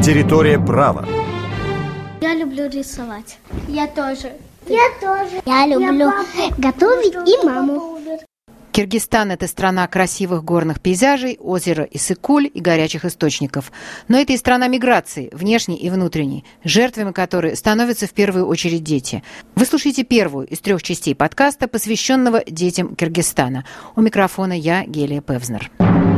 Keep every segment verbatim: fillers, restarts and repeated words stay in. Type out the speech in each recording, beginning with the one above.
Территория права. Я люблю рисовать. Я тоже. Я тоже. Я люблю я готовить и маму. Киргизстан – это страна красивых горных пейзажей, озера Иссык-Куль и горячих источников. Но это и страна миграции, внешней и внутренней, жертвами которой становятся в первую очередь дети. Вы слушаете первую из трех частей подкаста, посвященного детям Киргизстана. У микрофона я, Гелия Певзнер.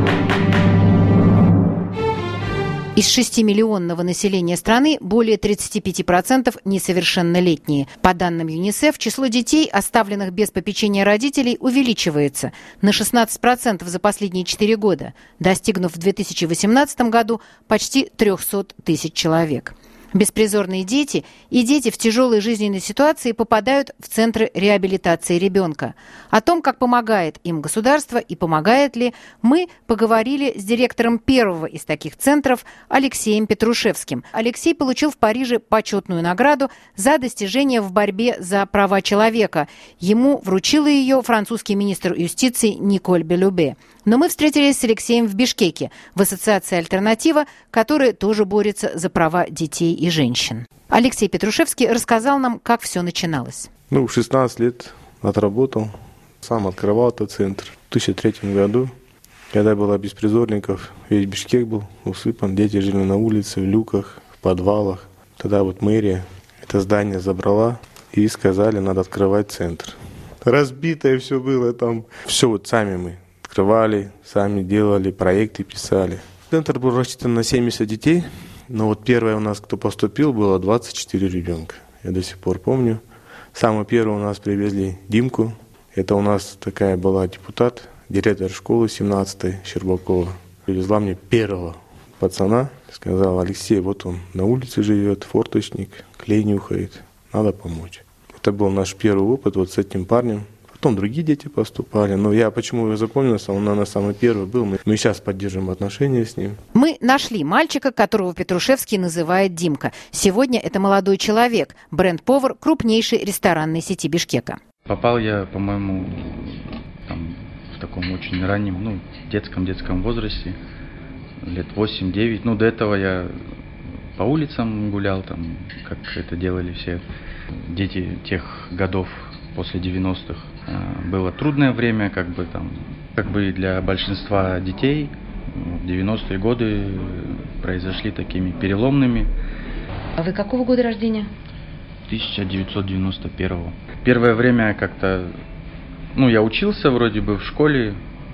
Из шестимиллионного населения страны более тридцать пять процентов несовершеннолетние. По данным ЮНИСЕФ, число детей, оставленных без попечения родителей, увеличивается на шестнадцать процентов за последние четыре года, достигнув в две тысячи восемнадцатом году почти триста тысяч человек. Беспризорные дети и дети в тяжелой жизненной ситуации попадают в центры реабилитации ребенка. О том, как помогает им государство и помогает ли, мы поговорили с директором первого из таких центров Алексеем Петрушевским. Алексей получил в Париже почетную награду за достижения в борьбе за права человека. Ему вручила ее французский министр юстиции Николь Беллюбе. Но мы встретились с Алексеем в Бишкеке, в ассоциации «Альтернатива», которая тоже борется за права детей и женщин. Алексей Петрушевский рассказал нам, как все начиналось. Ну, в шестнадцать лет отработал, сам открывал этот центр. В две тысячи третьем году, когда было беспризорников, весь Бишкек был усыпан, дети жили на улице, в люках, в подвалах. Тогда вот мэрия это здание забрала и сказали, надо открывать центр. Разбитое все было там, все вот сами мы открывали, сами делали, проекты писали. Центр был рассчитан на семьдесят детей, но вот первое у нас, кто поступил, было двадцать четыре ребенка. Я до сих пор помню. Самый первый у нас привезли Димку. Это у нас такая была депутат, директор школы семнадцатой Щербакова. Привезла мне первого пацана. Сказала: Алексей, вот он на улице живет, форточник, клей нюхает, надо помочь. Это был наш первый опыт вот с этим парнем. Потом другие дети поступали. Но я почему его запомнился, он, наверное, самый первый был. Мы, мы сейчас поддерживаем отношения с ним. Мы нашли мальчика, которого Петрушевский называет Димка. Сегодня это молодой человек, бренд-повар крупнейшей ресторанной сети Бишкека. Попал я, по-моему, там, в таком очень раннем, ну, детском-детском возрасте, лет восемь-девять. Ну, до этого я по улицам гулял, там, как это делали все дети тех годов после девяностых. Было трудное время, как бы там, как бы для большинства детей. девяностые годы произошли такими переломными. А вы какого года рождения? тысяча девятьсот девяносто первого. Первое время как-то, ну, я учился вроде бы в школе,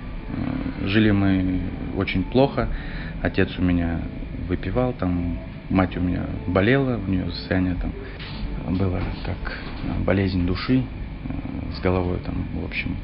жили мы очень плохо. Отец у меня выпивал, там, мать у меня болела, у нее состояние там было как болезнь души с головой там, в общем.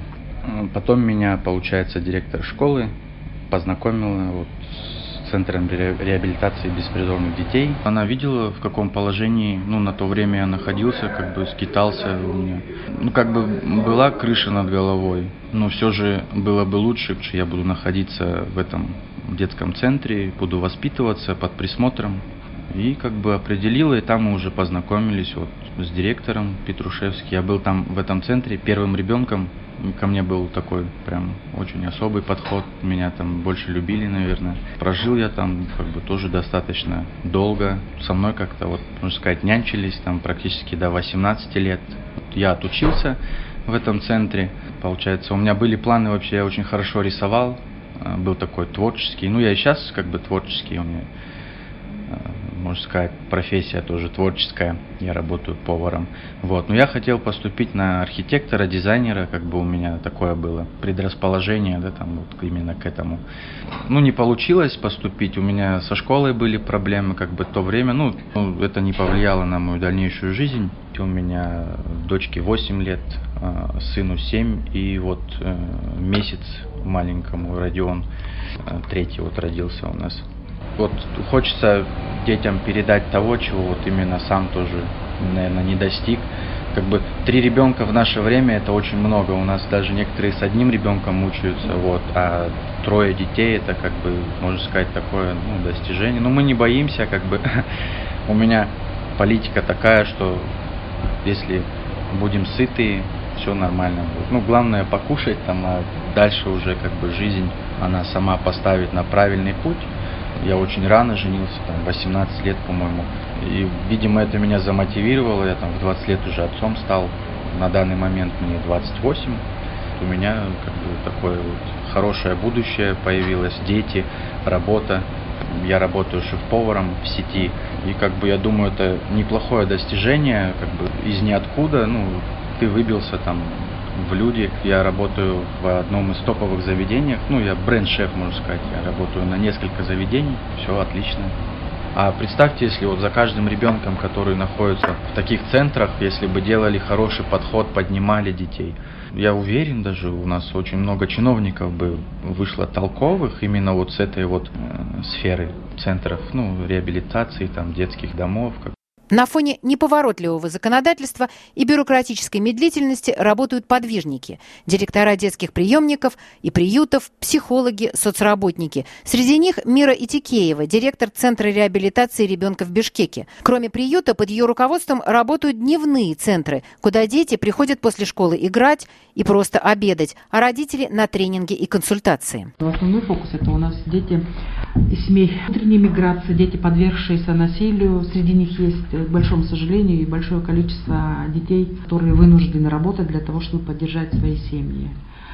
Потом меня, получается, директор школы познакомила вот с центром реабилитации беспризорных детей. Она видела, в каком положении, ну, на то время я находился, как бы скитался у меня. Ну, как бы была крыша над головой, но все же было бы лучше, что я буду находиться в этом детском центре, буду воспитываться под присмотром. И как бы определила, и там мы уже познакомились вот с директором Петрушевским. Я был там в этом центре первым ребенком. Ко мне был такой прям очень особый подход. Меня там больше любили, наверное. Прожил я там как бы тоже достаточно долго. Со мной как-то, вот, можно сказать, нянчились там практически до восемнадцати лет. Я отучился в этом центре. Получается, у меня были планы вообще, я очень хорошо рисовал. Был такой творческий. Ну, я и сейчас как бы творческий у меня. Можно сказать, профессия тоже творческая, я работаю поваром. Вот. Но я хотел поступить на архитектора, дизайнера, как бы у меня такое было предрасположение, да, там вот именно к этому. Ну, не получилось поступить, у меня со школой были проблемы, как бы то время, ну, это не повлияло на мою дальнейшую жизнь. У меня дочке восемь лет, сыну семь, и вот месяц маленькому Родион, третий вот родился у нас. Вот хочется детям передать того, чего вот именно сам тоже, наверное, не достиг. Как бы три ребенка в наше время это очень много. У нас даже некоторые с одним ребенком мучаются, вот, а трое детей это как бы, можно сказать, такое, ну, достижение. Но мы не боимся, как бы. У меня политика такая, что если будем сыты, все нормально будет. Ну, главное покушать там, а дальше уже как бы жизнь, она сама поставит на правильный путь. Я очень рано женился, там, восемнадцать лет, по-моему. И, видимо, это меня замотивировало. Я там в двадцать лет уже отцом стал. На данный момент мне двадцать восемь. У меня как бы такое вот хорошее будущее появилось. Дети, работа. Я работаю шеф-поваром в сети. И как бы я думаю, это неплохое достижение. Как бы из ниоткуда, ну, ты выбился там в люди. Я работаю в одном из топовых заведениях. Ну, я бренд-шеф, можно сказать. Я работаю на несколько заведений. Все отлично. А представьте, если вот за каждым ребенком, который находится в таких центрах, если бы делали хороший подход, поднимали детей. Я уверен, даже у нас очень много чиновников бы вышло толковых именно вот с этой вот э, сферы центров, ну, реабилитации, там, детских домов. Как... На фоне неповоротливого законодательства и бюрократической медлительности работают подвижники, директора детских приемников и приютов, психологи, соцработники. Среди них Мира Итикеева, директор Центра реабилитации ребенка в Бишкеке. Кроме приюта, под ее руководством работают дневные центры, куда дети приходят после школы играть и просто обедать, а родители на тренинги и консультации. Основной фокус – это у нас дети из семей внутренней миграции, дети, подвергшиеся насилию. Среди них есть, к большому сожалению, и большое количество детей, которые вынуждены работать для того, чтобы поддержать свои семьи.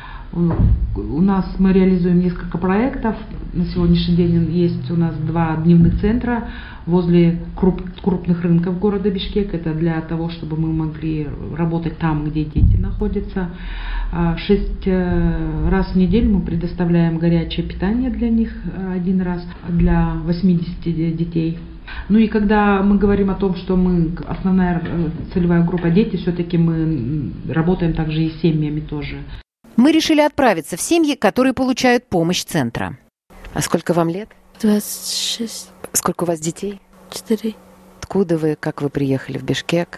У нас мы реализуем несколько проектов. На сегодняшний день есть у нас два дневных центра возле круп, крупных рынков города Бишкек. Это для того, чтобы мы могли работать там, где дети находятся. Шесть раз в неделю мы предоставляем горячее питание для них один раз для восьмидесяти детей. Ну и когда мы говорим о том, что мы основная целевая группа дети, все-таки мы работаем также и с семьями тоже. Мы решили отправиться в семьи, которые получают помощь центра. А сколько вам лет? двадцать шесть. Сколько у вас детей? четыре. Откуда вы, как вы приехали в Бишкек?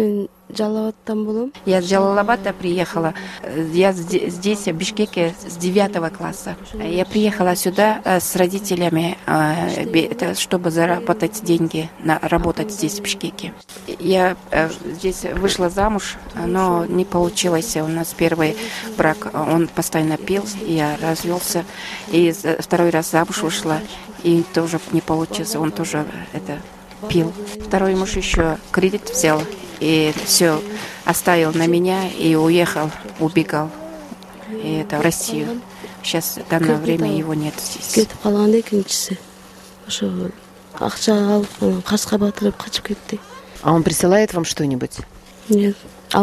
Я с Джалалабада приехала. Я здесь, в Бишкеке, с девятого класса. Я приехала сюда с родителями, чтобы заработать деньги, работать здесь, в Бишкеке. Я здесь вышла замуж, но не получилось. У нас первый брак, он постоянно пил, я развелся. И второй раз замуж вышла, и тоже не получилось. Он тоже это пил. Второй муж еще кредит взял. И все оставил на меня и уехал, убегал. И это в Россию. Сейчас в данное время его нет здесь. А он присылает вам что-нибудь? Нет.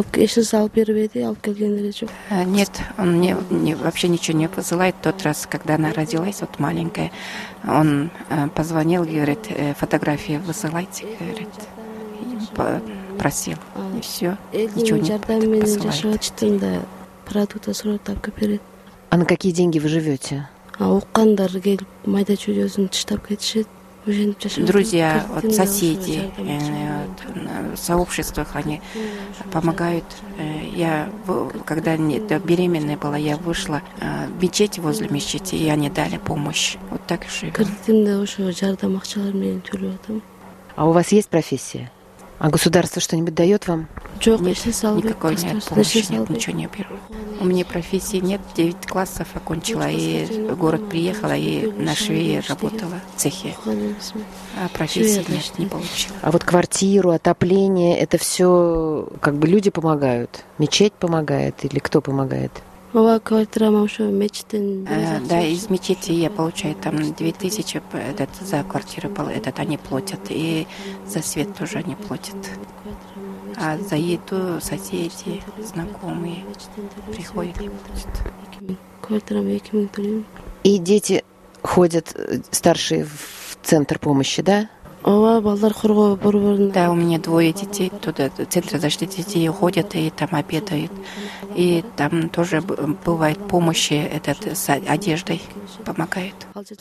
Нет, он мне, мне вообще ничего не посылает. Тот раз, когда она родилась, вот маленькая, он позвонил, говорит, фотографии высылайте, говорит, просил. И все, ничего не посылает. А на какие деньги вы живете? Друзья, вот, соседи, э, в сообществах они помогают. Я, когда беременная была, я вышла в мечеть, возле мечети, и они дали помощь. Вот так живем. А у вас есть профессия? А государство что-нибудь дает вам? Нет, никакой нет помощи, нет, ничего не беру. У меня профессии нет, девять классов окончила, и в город приехала, и на швее работала в цехе. А профессии нет, не получила. А вот квартиру, отопление, это все как бы люди помогают? Мечеть помогает или кто помогает? А, да, из мечети я получаю там две тысячи этот, за квартиру, этот они платят, и за свет тоже они платят. А за еду соседи, знакомые приходят и платят. И дети ходят старшие в центр помощи, да? Да, у меня двое детей, туда в центр защиты детей уходят и там обедают. И там тоже бывает помощь, этот, с одеждой помогают.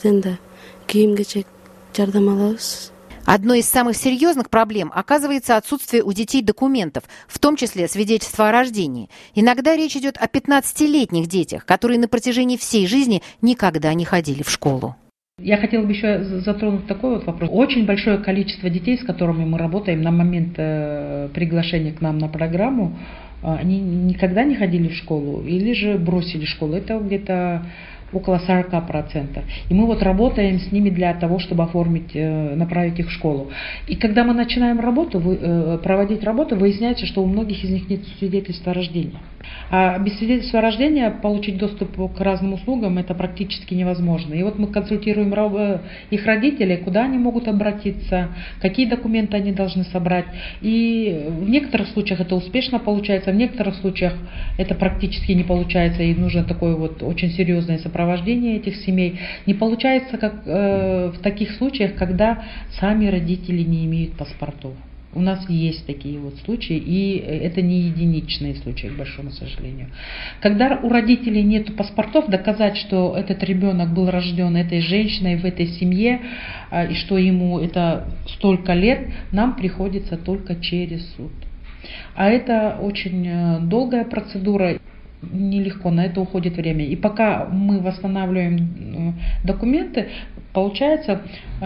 Одной из самых серьезных проблем оказывается отсутствие у детей документов, в том числе свидетельства о рождении. Иногда речь идет о пятнадцатилетних детях, которые на протяжении всей жизни никогда не ходили в школу. Я хотела бы еще затронуть такой вот вопрос. Очень большое количество детей, с которыми мы работаем на момент приглашения к нам на программу, они никогда не ходили в школу или же бросили школу. Это где-то около сорок процентов. И мы вот работаем с ними для того, чтобы оформить, направить их в школу. И когда мы начинаем работу, проводить работу, выясняется, что у многих из них нет свидетельства о рождении. А без свидетельства о рождении получить доступ к разным услугам это практически невозможно. И вот мы консультируем их родителей, куда они могут обратиться, какие документы они должны собрать. И в некоторых случаях это успешно получается, в некоторых случаях это практически не получается, и нужно такое вот очень серьезное сопровождение этих семей. Не получается как э, в таких случаях, когда сами родители не имеют паспортов. У нас есть такие вот случаи, и это не единичные случаи, к большому сожалению. Когда у родителей нет паспортов, доказать, что этот ребенок был рожден этой женщиной в этой семье, и что ему это столько лет, нам приходится только через суд. А это очень долгая процедура. Нелегко, на это уходит время. И пока мы восстанавливаем документы, получается,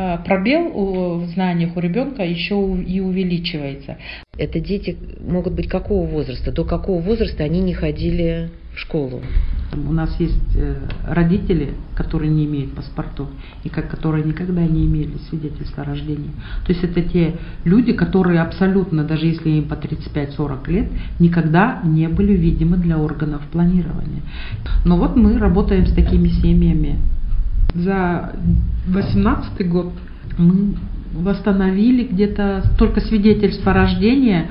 пробел в знаниях у ребенка еще и увеличивается. Это дети могут быть какого возраста? До какого возраста они не ходили в школу? У нас есть родители, которые не имеют паспортов, и которые никогда не имели свидетельства о рождении. То есть это те люди, которые абсолютно, даже если им по тридцать пять сорок лет, никогда не были видимы для органов планирования. Но вот мы работаем с такими семьями. За две тысячи восемнадцатый год мы восстановили где-то только свидетельство о рождении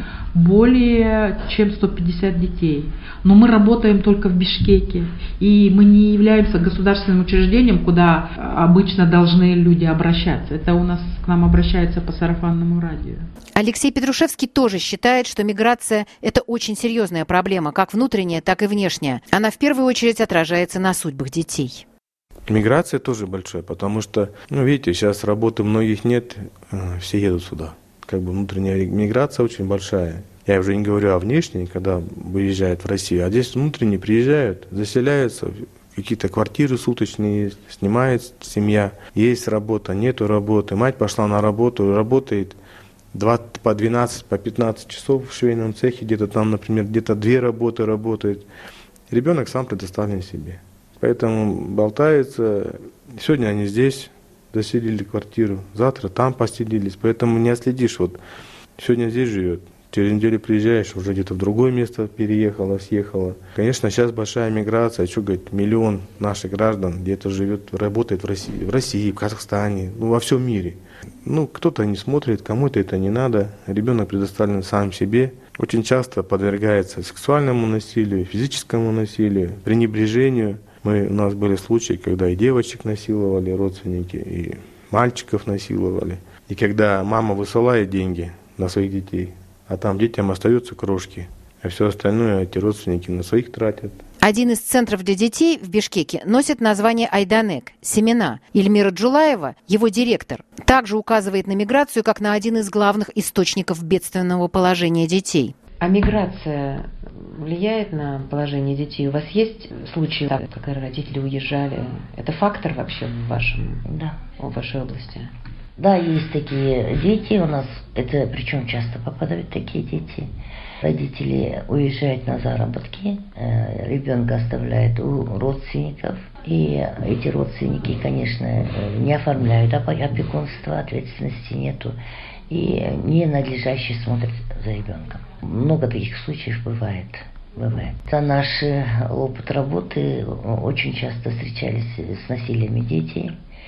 более чем сто пятьдесят детей. Но мы работаем только в Бишкеке, и мы не являемся государственным учреждением, куда обычно должны люди обращаться. Это у нас к нам обращаются по сарафанному радио. Алексей Петрушевский тоже считает, что миграция – это очень серьезная проблема, как внутренняя, так и внешняя. Она в первую очередь отражается на судьбах детей. Миграция тоже большая, потому что, ну, видите, сейчас работы многих нет, все едут сюда. Как бы внутренняя миграция очень большая. Я уже не говорю о внешней, когда выезжают в Россию, а здесь внутренние приезжают, заселяются, какие-то квартиры суточные есть, снимает семья, есть работа, нету работы, мать пошла на работу, работает двадцать, по двенадцать, по пятнадцать часов в швейном цехе, где-то там, например, где-то две работы работает. Ребенок сам предоставлен себе. Поэтому болтается, сегодня они здесь заселили квартиру, завтра там поселились, поэтому не отследишь, вот сегодня здесь живет, через неделю приезжаешь, уже где-то в другое место переехала, съехала. Конечно, сейчас большая миграция, что говорить, миллион наших граждан где-то живет, работает в России, в России, в Казахстане, ну, во всем мире. Ну, кто-то не смотрит, кому-то это не надо, ребенок предоставлен сам себе. Очень часто подвергается сексуальному насилию, физическому насилию, пренебрежению. Мы, у нас были случаи, когда и девочек насиловали родственники, и мальчиков насиловали. И когда мама высылает деньги на своих детей, а там детям остаются крошки, а все остальное эти родственники на своих тратят. Один из центров для детей в Бишкеке носит название «Айданек» – «Семена». Эльмира Джулаева, его директор, также указывает на миграцию как на один из главных источников бедственного положения детей. А миграция влияет на положение детей? У вас есть случаи, когда родители уезжали? Это фактор вообще в вашем, да. в вашей области? Да, есть такие дети у нас, это причем часто попадают такие дети. Родители уезжают на заработки, ребенка оставляют у родственников, и эти родственники, конечно, не оформляют опекунство, ответственности нету, и ненадлежаще смотрят за ребенком. Много таких случаев бывает. бывает. За наш опыт работы очень часто встречались с насилиями детей.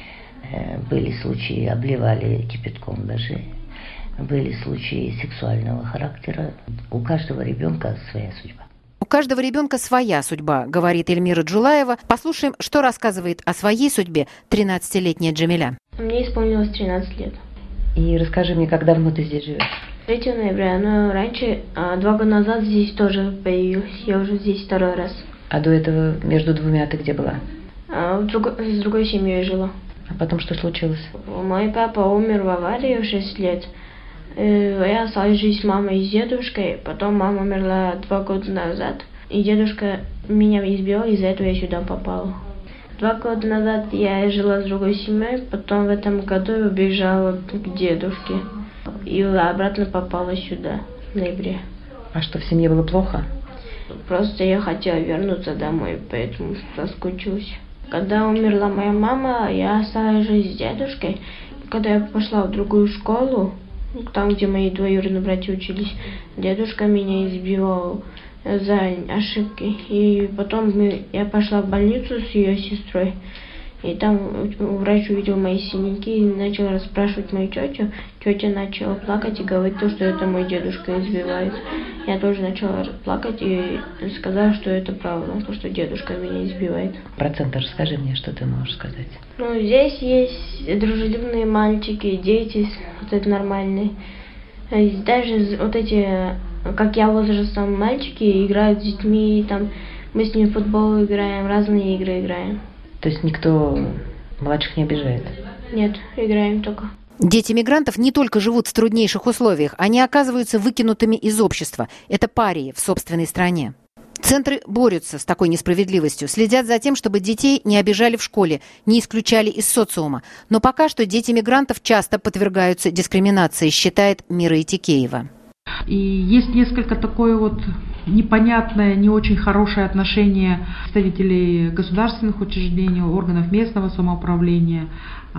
Были случаи, обливали кипятком даже. Были случаи сексуального характера. У каждого ребенка своя судьба. У каждого ребенка своя судьба, говорит Эльмира Джулаева. Послушаем, что рассказывает о своей судьбе тринадцатилетняя Джамиля. Мне исполнилось тринадцать лет. И расскажи мне, как давно ты здесь живешь? третьего ноября, но раньше, два года назад здесь тоже появилась. Я уже здесь второй раз. А до этого между двумя ты где была? А, в друг... С другой семьей жила. А потом что случилось? Мой папа умер в аварии в шесть лет. Я осталась жить с мамой и с дедушкой. Потом мама умерла два года назад. И дедушка меня избил, из-за этого я сюда попала. Два года назад я жила с другой семьей. Потом в этом году я убежала к дедушке. И обратно попала сюда, в ноябре. А что, в семье было плохо? Просто я хотела вернуться домой, поэтому соскучилась. Когда умерла моя мама, я осталась жить с дедушкой. Когда я пошла в другую школу, там, где мои двоюродные братья учились, дедушка меня избивал за ошибки. И потом мы, я пошла в больницу с ее сестрой. И там врач увидел мои синяки и начал расспрашивать мою тетю. Тетя начала плакать и говорить, то, что это мой дедушка избивает. Я тоже начала плакать и сказала, что это правда, то, что дедушка меня избивает. Проценты расскажи мне, что ты можешь сказать. Ну, здесь есть дружелюбные мальчики, дети, вот это нормальные. Даже вот эти, как я возрастом, мальчики играют с детьми, там мы с ними в футбол играем, разные игры играем. То есть никто младших не обижает? Нет, играем только. Дети мигрантов не только живут в труднейших условиях, они оказываются выкинутыми из общества. Это парии в собственной стране. Центры борются с такой несправедливостью, следят за тем, чтобы детей не обижали в школе, не исключали из социума. Но пока что дети мигрантов часто подвергаются дискриминации, считает Мира Итикеева. И есть несколько такое вот непонятное, не очень хорошее отношение представителей государственных учреждений, органов местного самоуправления,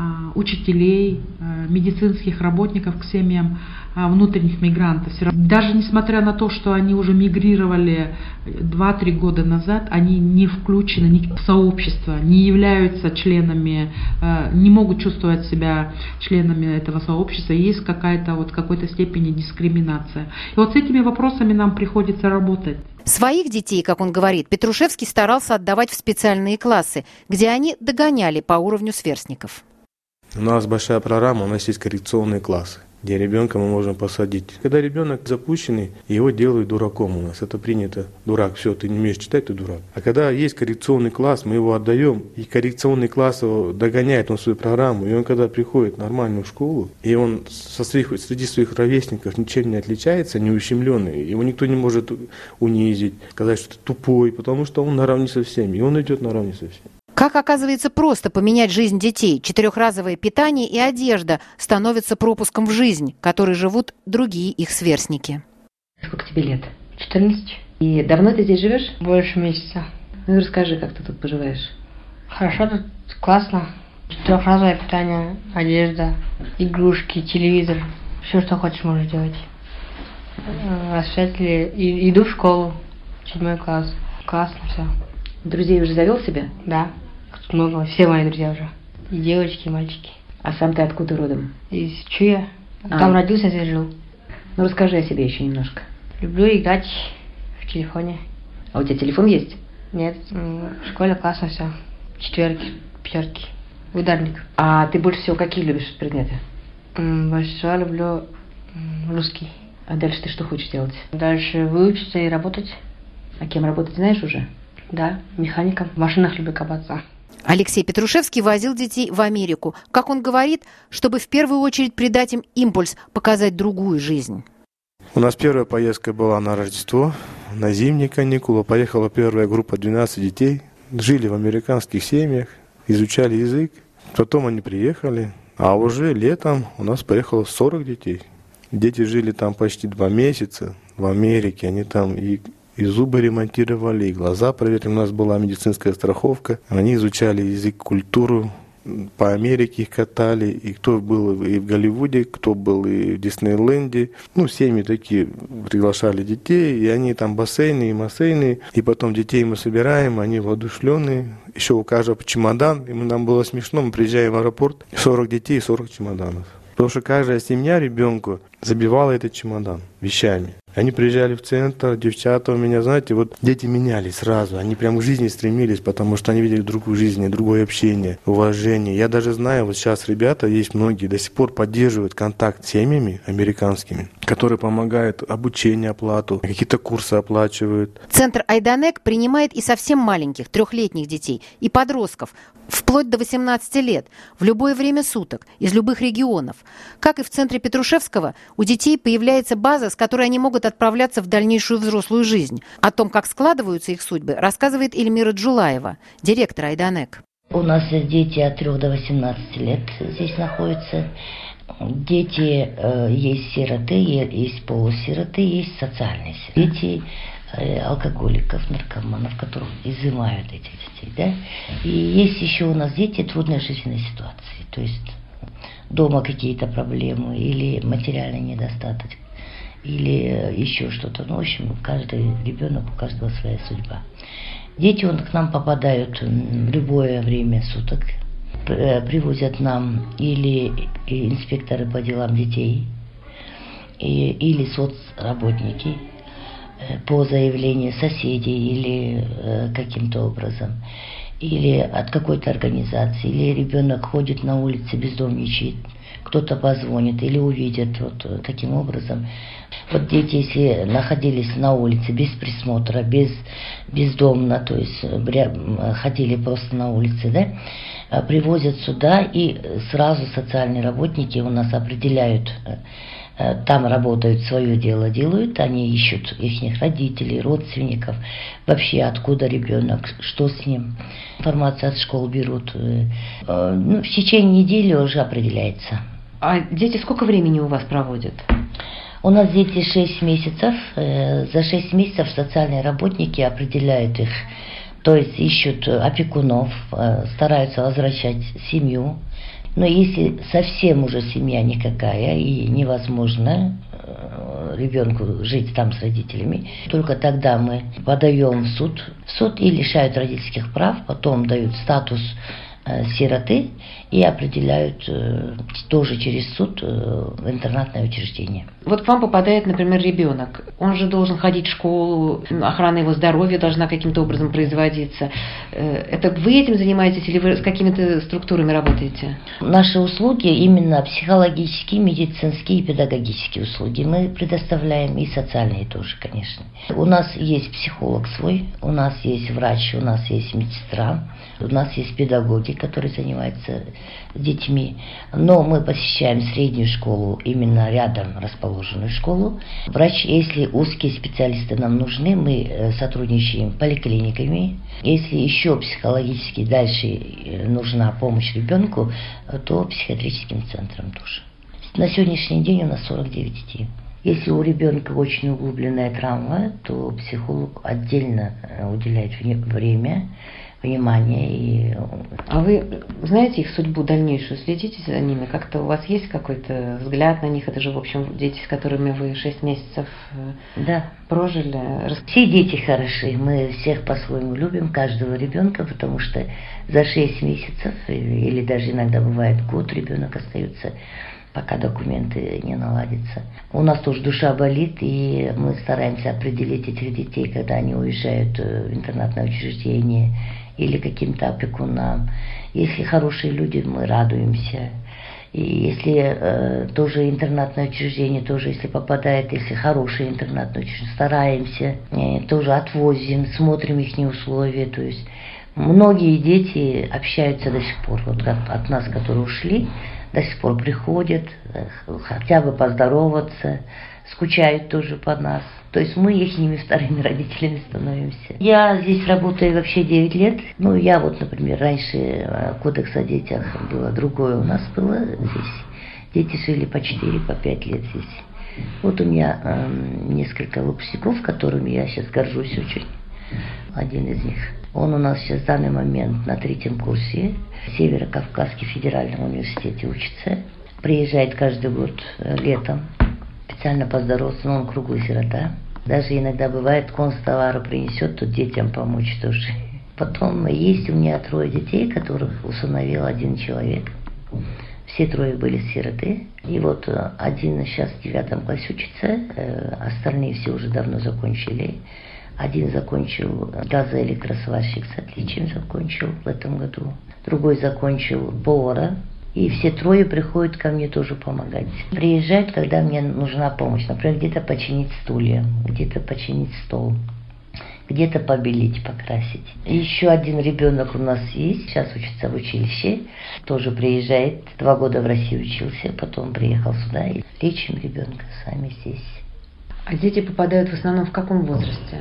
учителей, медицинских работников к семьям внутренних мигрантов. Даже несмотря на то, что они уже мигрировали два-три года назад, они не включены в сообщество, не являются членами, не могут чувствовать себя членами этого сообщества. Есть какая-то вот в какой-то степени дискриминация. И вот с этими вопросами нам приходится работать. Своих детей, как он говорит, Петрушевский старался отдавать в специальные классы, где они догоняли по уровню сверстников. У нас большая программа, у нас есть коррекционные классы, где ребенка мы можем посадить. Когда ребенок запущенный, его делают дураком у нас. Это принято. Дурак, все, ты не умеешь читать, ты дурак. А когда есть коррекционный класс, мы его отдаем, и коррекционный класс его догоняет он свою программу, и он когда приходит в нормальную школу, и он со своих, среди своих ровесников ничем не отличается, не ущемленный, его никто не может унизить, сказать, что ты тупой, потому что он наравне со всеми, и он идет наравне со всеми. Как оказывается просто поменять жизнь детей, четырехразовое питание и одежда становятся пропуском в жизнь, которой живут другие их сверстники. Сколько тебе лет? четырнадцать. И давно ты здесь живешь? Больше месяца. Ну и расскажи, как ты тут поживаешь. Хорошо, тут классно. Четырехразовое питание, одежда, игрушки, телевизор. Все, что хочешь, можешь делать. Осветили. И иду в школу. Седьмой класс. Классно все. Друзей уже завел себе? Да. Много. Все мои друзья уже. И девочки, и мальчики. А сам ты откуда родом? Из Чуя. А. Там родился, здесь жил. Ну расскажи о себе еще немножко. Люблю играть в телефоне. А у тебя телефон есть? Нет. В школе классно все. Четверки, пятерки. Ударник. А ты больше всего какие любишь предметы? Больше всего люблю русский. А дальше ты что хочешь делать? Дальше выучиться и работать. А кем работать знаешь уже? Да, механиком. В машинах люблю копаться. Алексей Петрушевский возил детей в Америку, как он говорит, чтобы в первую очередь придать им импульс, показать другую жизнь. У нас первая поездка была на Рождество, на зимние каникулы. Поехала первая группа двенадцать детей. Жили в американских семьях, изучали язык. Потом они приехали, а уже летом у нас поехало сорок детей. Дети жили там почти два месяца в Америке. Они там и... И зубы ремонтировали, и глаза проверили. У нас была медицинская страховка. Они изучали язык, культуру. По Америке их катали. И кто был и в Голливуде, кто был и в Диснейленде. Ну, семьи такие приглашали детей. И они там бассейны и бассейны. И потом детей мы собираем, они воодушевленные. Еще у каждого чемодан. И нам было смешно. Мы приезжаем в аэропорт. сорок детей и сорок чемоданов. Потому что каждая семья ребенку забивала этот чемодан вещами. Они приезжали в центр, девчата у меня, знаете, вот дети менялись сразу. Они прям к жизни стремились, потому что они видели другую жизнь, другое общение, уважение. Я даже знаю, вот сейчас ребята, есть многие, до сих пор поддерживают контакт с семьями американскими, которые помогают обучение, оплату, какие-то курсы оплачивают. Центр Айданек принимает и совсем маленьких, трехлетних детей, и подростков, вплоть до восемнадцати лет, в любое время суток, из любых регионов. Как и в центре Петрушевского, у детей появляется база, с которой они могут отправляться в дальнейшую взрослую жизнь. О том, как складываются их судьбы, рассказывает Эльмира Джулаева, директор Айданек. У нас дети от трёх до восемнадцати лет здесь находятся. Дети, э, есть сироты, есть полусироты, есть социальные сироты. Дети алкоголиков, наркоманов, которых изымают этих детей, да. И есть еще у нас дети трудной жизненной ситуации, то есть дома какие-то проблемы или материальный недостаток, или еще что-то. Ну, в общем, каждый ребенок, у каждого своя судьба. Дети он, к нам попадают в любое время суток, привозят нам или инспекторы по делам детей, или соцработники по заявлению соседей или каким-то образом, или от какой-то организации, или ребенок ходит на улице, бездомничает, кто-то позвонит или увидит вот таким образом. Вот дети, если находились на улице без присмотра, без, бездомно, то есть ходили просто на улице, да, привозят сюда, и сразу социальные работники у нас определяют, там работают, свое дело делают, они ищут их родителей, родственников, вообще откуда ребенок, что с ним. Информацию от школ берут. Ну, в течение недели уже определяется. А дети сколько времени у вас проводят? У нас дети шесть месяцев. За шесть месяцев социальные работники определяют их, то есть ищут опекунов, стараются возвращать семью. Но если совсем уже семья никакая и невозможно ребенку жить там с родителями, только тогда мы подаем в суд. В суд и лишают родительских прав, потом дают статус сироты и определяют э, тоже через суд э, в интернатное учреждение. Вот к вам попадает, например, ребенок. Он же должен ходить в школу, охрана его здоровья должна каким-то образом производиться. Это вы этим занимаетесь или вы с какими-то структурами работаете? Наши услуги именно психологические, медицинские и педагогические услуги. Мы предоставляем и социальные тоже, конечно. У нас есть психолог свой, у нас есть врач, у нас есть медсестра, у нас есть педагоги, которые занимаются детьми. Но мы посещаем среднюю школу, именно рядом расположенную школу. Врач, если узкие специалисты нам нужны, мы сотрудничаем с поликлиниками. Если еще психологически дальше нужна помощь ребенку, то психиатрическим центром тоже. На сегодняшний день у нас сорок девять детей. Если у ребенка очень углубленная травма, то психолог отдельно уделяет время, внимание. И... А вы знаете их судьбу дальнейшую, следите за ними? Как-то у вас есть какой-то взгляд на них? Это же, в общем, дети, с которыми вы шесть месяцев да. прожили. Все дети хороши, мы всех по-своему любим, каждого ребенка, потому что за шесть месяцев, или даже иногда бывает год, ребенок остается, пока документы не наладятся. У нас тоже душа болит, и мы стараемся определить этих детей, когда они уезжают в интернатное учреждение или каким-то опекунам. Если хорошие люди, мы радуемся. И если э, тоже интернатное учреждение, тоже если попадает, если хорошее интернатное учреждение, стараемся, э, тоже отвозим, смотрим их условия. То есть многие дети общаются до сих пор. Вот от, от нас, которые ушли, до сих пор приходят, хотя бы поздороваться, скучают тоже по нас. То есть мы ихними вторыми родителями становимся. Я здесь работаю вообще девять лет. Ну, я вот, например, раньше кодекс о детях было другое у нас было здесь. Дети жили по четыре, по пять лет здесь. Вот у меня э, несколько выпускников, которыми я сейчас горжусь очень. Один из них. Он у нас сейчас в данный момент на третьем курсе в Северо-Кавказском федеральном университете учится. Приезжает каждый год летом. Специально поздороваться, но он круглый сирота. Даже иногда бывает, констовару принесет, тут детям помочь тоже. Потом есть у меня трое детей, которых усыновил один человек. Все трое были сироты. И вот один сейчас в девятом классе учится, остальные все уже давно закончили. Один закончил газоэлектросварщик с отличием, закончил в этом году. Другой закончил повара. И все трое приходят ко мне тоже помогать. Приезжают, когда мне нужна помощь. Например, где-то починить стулья, где-то починить стол, где-то побелить, покрасить. И еще один ребенок у нас есть, сейчас учится в училище. Тоже приезжает, два года в России учился, потом приехал сюда. И лечим ребенка сами здесь. А дети попадают в основном в каком возрасте?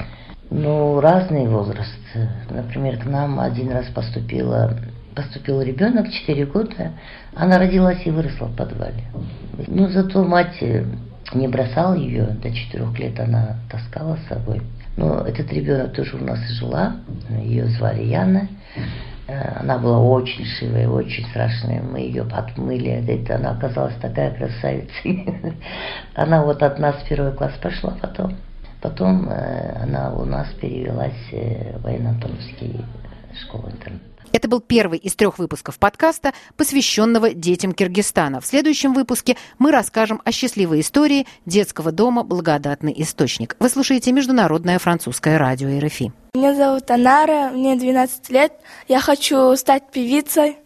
Ну, разный возраст. Например, к нам один раз поступила... Поступил ребенок, четыре года, она родилась и выросла в подвале. Но зато мать не бросал ее, до четырех лет она таскала с собой. Но этот ребенок тоже у нас и жила, ее звали Яна. Она была очень шивая, очень страшная. Мы ее подмыли. Это она оказалась такая красавица. Она вот от нас в первый класс пошла потом. Потом она у нас перевелась в военно-антоновский школу-интернат. Это был первый из трех выпусков подкаста, посвященного детям Киргизстана. В следующем выпуске мы расскажем о счастливой истории детского дома «Благодатный источник». Вы слушаете Международное французское радио эр эф и. Меня зовут Анара, мне двенадцать лет. Я хочу стать певицей.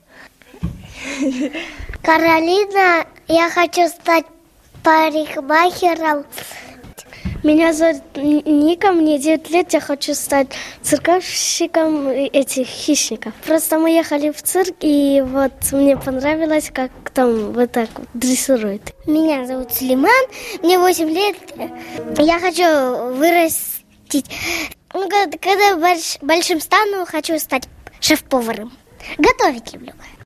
Каролина, я хочу стать парикмахером. Меня зовут Ника, мне девять лет, я хочу стать цирковщиком этих хищников. Просто мы ехали в цирк, и вот мне понравилось, как там вот так вот дрессируют. Меня зовут Сулейман, мне восемь лет, я хочу вырастить, ну, когда больш, большим стану, хочу стать шеф-поваром. Готовить люблю.